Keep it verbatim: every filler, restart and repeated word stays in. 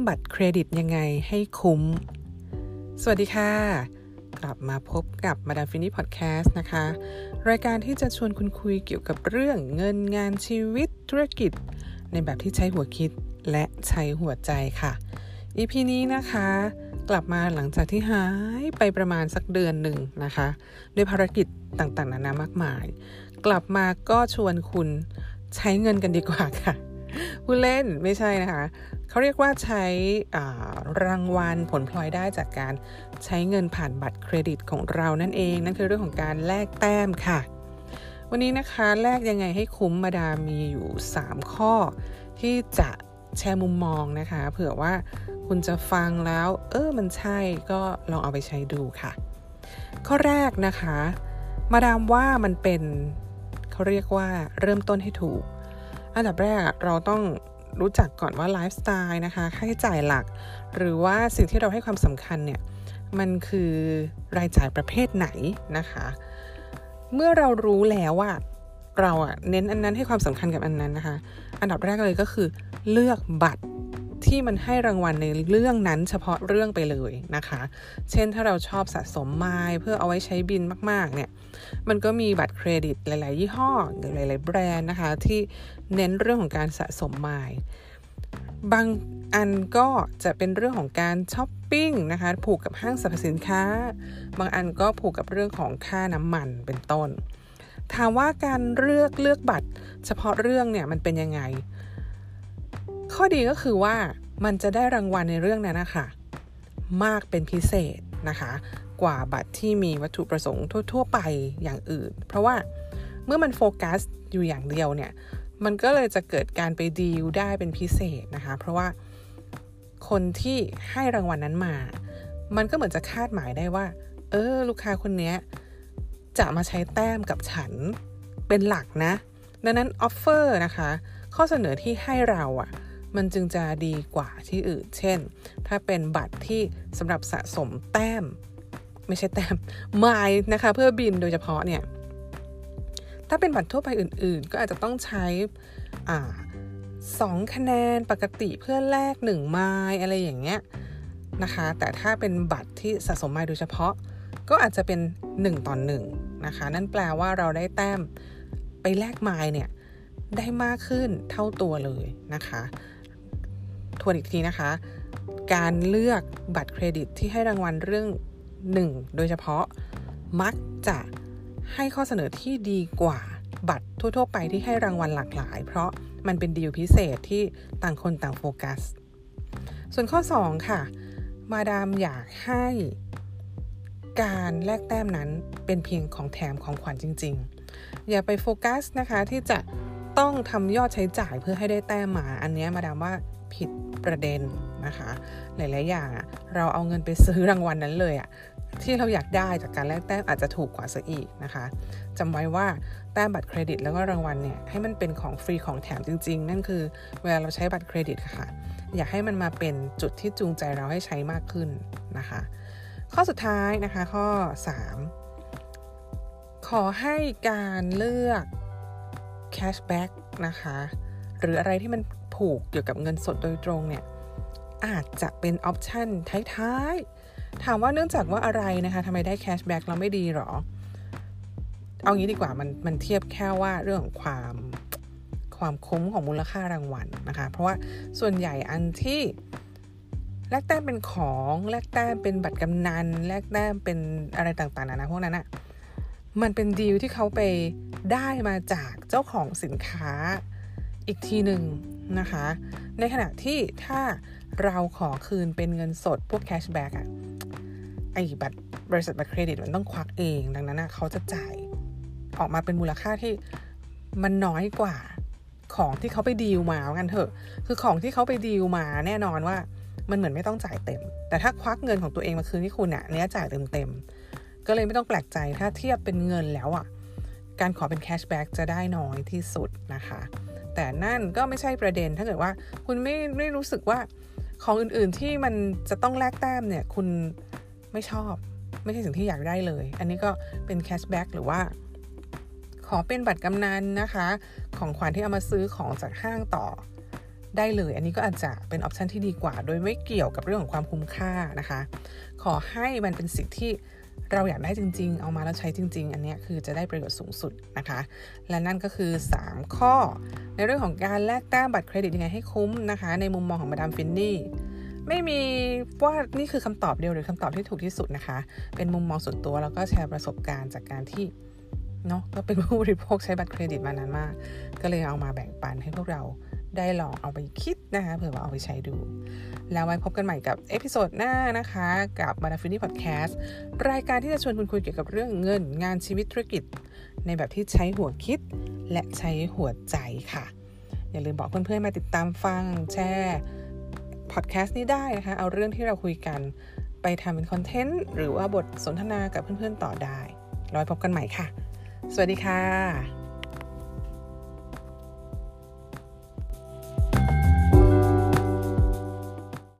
บัตรเครดิตยังไงให้คุ้มสวัสดีค่ะกลับมาพบกับมาดามฟินี่พอดแคสต์นะคะรายการที่จะชวนคุณคุยเกี่ยวกับเรื่องเงินงานชีวิตธุรกิจในแบบที่ใช้หัวคิดและใช้หัวใจค่ะ อี พี นี้นะคะกลับมาหลังจากที่หายไปประมาณสักเดือนหนึ่งนะคะด้วยภารกิจต่างๆนานามากมายกลับมาก็ชวนคุณใช้เงินกันดีกว่าค่ะผู้เล่นไม่ใช่นะคะเขาเรียกว่าใช้รางวัลผลพลอยได้จากการใช้เงินผ่านบัตรเครดิตของเรานั่นเองนั่นคือเรื่องของการแลกแต้มค่ะวันนี้นะคะแลกยังไงให้คุ้มมาดามมีอยู่สามข้อที่จะแชร์มุมมองนะคะเผื่อว่าคุณจะฟังแล้วเออมันใช่ก็ลองเอาไปใช้ดูค่ะข้อแรกนะคะมาดามว่ามันเป็นเขาเรียกว่าเริ่มต้นให้ถูกอันดับแรกเราต้องรู้จักก่อนว่าไลฟ์สไตล์นะคะค่าใช้จ่ายหลักหรือว่าสิ่งที่เราให้ความสำคัญเนี่ยมันคือรายจ่ายประเภทไหนนะคะเมื่อเรารู้แล้วว่าเราอะเน้นอันนั้นให้ความสำคัญกับอันนั้นนะคะอันดับแรกเลยก็คือเลือกบัตรที่มันให้รางวัลในเรื่องนั้นเฉพาะเรื่องไปเลยนะคะเช่นถ้าเราชอบสะสมไมล์เพื่อเอาไว้ใช้บินมากๆเนี่ยมันก็มีบัตรเครดิตหลายๆยี่ห้อหลายๆแบรนด์นะคะที่เน้นเรื่องของการสะสมไมล์บางอันก็จะเป็นเรื่องของการช้อปปิ้งนะคะผูกกับห้างสรรพสินค้าบางอันก็ผูกกับเรื่องของค่าน้ำมันเป็นต้นถามว่าการเลือกเลือกบัตรเฉพาะเรื่องเนี่ยมันเป็นยังไงข้อดีก็คือว่ามันจะได้รางวัลในเรื่องนั้นนะคะมากเป็นพิเศษนะคะกว่าบัตรที่มีวัตถุประสงค์ทั่วๆไปอย่างอื่นเพราะว่าเมื่อมันโฟกัสอยู่อย่างเดียวเนี่ยมันก็เลยจะเกิดการไปดีลได้เป็นพิเศษนะคะเพราะว่าคนที่ให้รางวัลนั้นมามันก็เหมือนจะคาดหมายได้ว่าเออลูกค้าคนนี้จะมาใช้แต้มกับฉันเป็นหลักนะดังนั้นออฟเฟอร์นะคะข้อเสนอที่ให้เราอ่ะมันจึงจะดีกว่าที่อื่นเช่นถ้าเป็นบัตรที่สำหรับสะสมแต้มไม่ใช่แต้มไมล์นะคะเพื่อบินโดยเฉพาะเนี่ยถ้าเป็นบัตรทั่วไปอื่นๆก็อาจจะต้องใช้อ่าสองคะแนนปกติเพื่อแลกหนึ่งไมล์อะไรอย่างเงี้ยนะคะแต่ถ้าเป็นบัตรที่สะสมไมล์โดยเฉพาะก็อาจจะเป็นหนึ่งต่อหนึ่งนะคะนั่นแปลว่าเราได้แต้มไปแลกไมล์เนี่ยได้มากขึ้นเท่าตัวเลยนะคะทวนอีกทีนะคะการเลือกบัตรเครดิตที่ให้รางวัลเรื่องหนึ่งโดยเฉพาะมักจะให้ข้อเสนอที่ดีกว่าบัตรทั่วๆไปที่ให้รางวัลหลากหลายเพราะมันเป็นดีลพิเศษที่ต่างคนต่างโฟกัสส่วนข้อสองค่ะมาดามอยากให้การแลกแต้มนั้นเป็นเพียงของแถมของขวัญจริงๆอย่าไปโฟกัสนะคะที่จะต้องทำยอดใช้จ่ายเพื่อให้ได้แต้มมาอันนี้มาดามว่าผิดประเด็นนะคะหลายๆอย่างอ่ะเราเอาเงินไปซื้อรางวัล นั้นเลยอ่ะที่เราอยากได้จากการแลกแต้มอาจจะถูกกว่าซะอีกนะคะจำไว้ว่าแต้มบัตรเครดิตแล้วก็รางวัลเนี่ยให้มันเป็นของฟรีของแถมจริงๆนั่นคือเวลาเราใช้บัตรเครดิตค่ะอยากให้มันมาเป็นจุดที่จูงใจเราให้ใช้มากขึ้นนะคะข้อสุดท้ายนะคะข้อสามขอให้การเลือกแคชแบ็กนะคะหรืออะไรที่มันผูกเกี่ยวกับเงินสดโดยตรงเนี่ยอาจจะเป็นออปชันท้ายๆถามว่าเนื่องจากว่าอะไรนะคะทำไมได้แคชแบ็กเราไม่ดีหรอเอางี้ดีกว่ามันมันเทียบแค่ว่าเรื่องของความความคุ้มของมูลค่ารางวัลนะคะเพราะว่าส่วนใหญ่อันที่แลกแต้มเป็นของแลกแต้มเป็นบัตรกำนันแลกแต้มเป็นอะไรต่างๆนะพวกนั้นอะมันเป็นดีลที่เขาไปได้มาจากเจ้าของสินค้าอีกทีหนึ่งนะคะในขณะที่ถ้าเราขอคืนเป็นเงินสดพวกแคชแบ็กอะไอ้บัตรบริษัทบัตรเครดิตมันต้องควักเองดังนั้นนะเขาจะจ่ายออกมาเป็นมูลค่าที่มันน้อยกว่าของที่เขาไปดีลมาว่างั้นเถอะคือของที่เขาไปดีลมาแน่นอนว่ามันเหมือนไม่ต้องจ่ายเต็มแต่ถ้าควักเงินของตัวเองมาคืนที่คุณอะเนี้ยจ่ายเต็มๆก็เลยไม่ต้องแปลกใจถ้าเทียบเป็นเงินแล้วอะการขอเป็นแคชแบ็กจะได้น้อยที่สุดนะคะแต่นั่นก็ไม่ใช่ประเด็นถ้าเกิดว่าคุณไม่ไม่รู้สึกว่าของอื่นๆที่มันจะต้องแลกแต้มเนี่ยคุณไม่ชอบไม่ใช่สิ่งที่อยากได้เลยอันนี้ก็เป็นแคชแบ็กหรือว่าขอเป็นบัตรกำนันนะคะของขวัญที่เอามาซื้อของจากห้างต่อได้เลยอันนี้ก็อาจจะเป็นออปชันที่ดีกว่าโดยไม่เกี่ยวกับเรื่องของความคุ้มค่านะคะขอให้มันเป็นสิ่งที่เราอยากได้จริงๆเอามาแล้วใช้จริงๆอันนี้คือจะได้ประโยชน์สูงสุดนะคะและนั่นก็คือสามข้อในเรื่องของการแลกแต้มบัตรเครดิตยังไงให้คุ้มนะคะในมุมมองของมาดามฟินนี่ไม่มีว่านี่คือคำตอบเดียวหรือคำตอบที่ถูกที่สุดนะคะเป็นมุมมองส่วนตัวแล้วก็แชร์ประสบการณ์จากการที่เนาะก็เป็นผู้บริโภคใช้บัตรเครดิตมานานมากก็เลยเอามาแบ่งปันให้พวกเราได้ลองเอาไปคิดนะคะเผื่อว่าเอาไปใช้ดูแล้วไว้พบกันใหม่กับเอพิโซดหน้านะคะกับ Madam Finnie Podcast รายการที่จะชวนคุณคุยเกี่ยวกับเรื่องเงินงานชีวิตธุรกิจในแบบที่ใช้หัวคิดและใช้หัวใจค่ะอย่าลืมบอกเพื่อนๆมาติดตามฟังแชร์พอดแคสต์นี้ได้นะคะเอาเรื่องที่เราคุยกันไปทำเป็นคอนเทนต์หรือว่าบทสนทนากับเพื่อนๆต่อได้แล้วไว้พบกันใหม่ค่ะสวัสดีค่ะ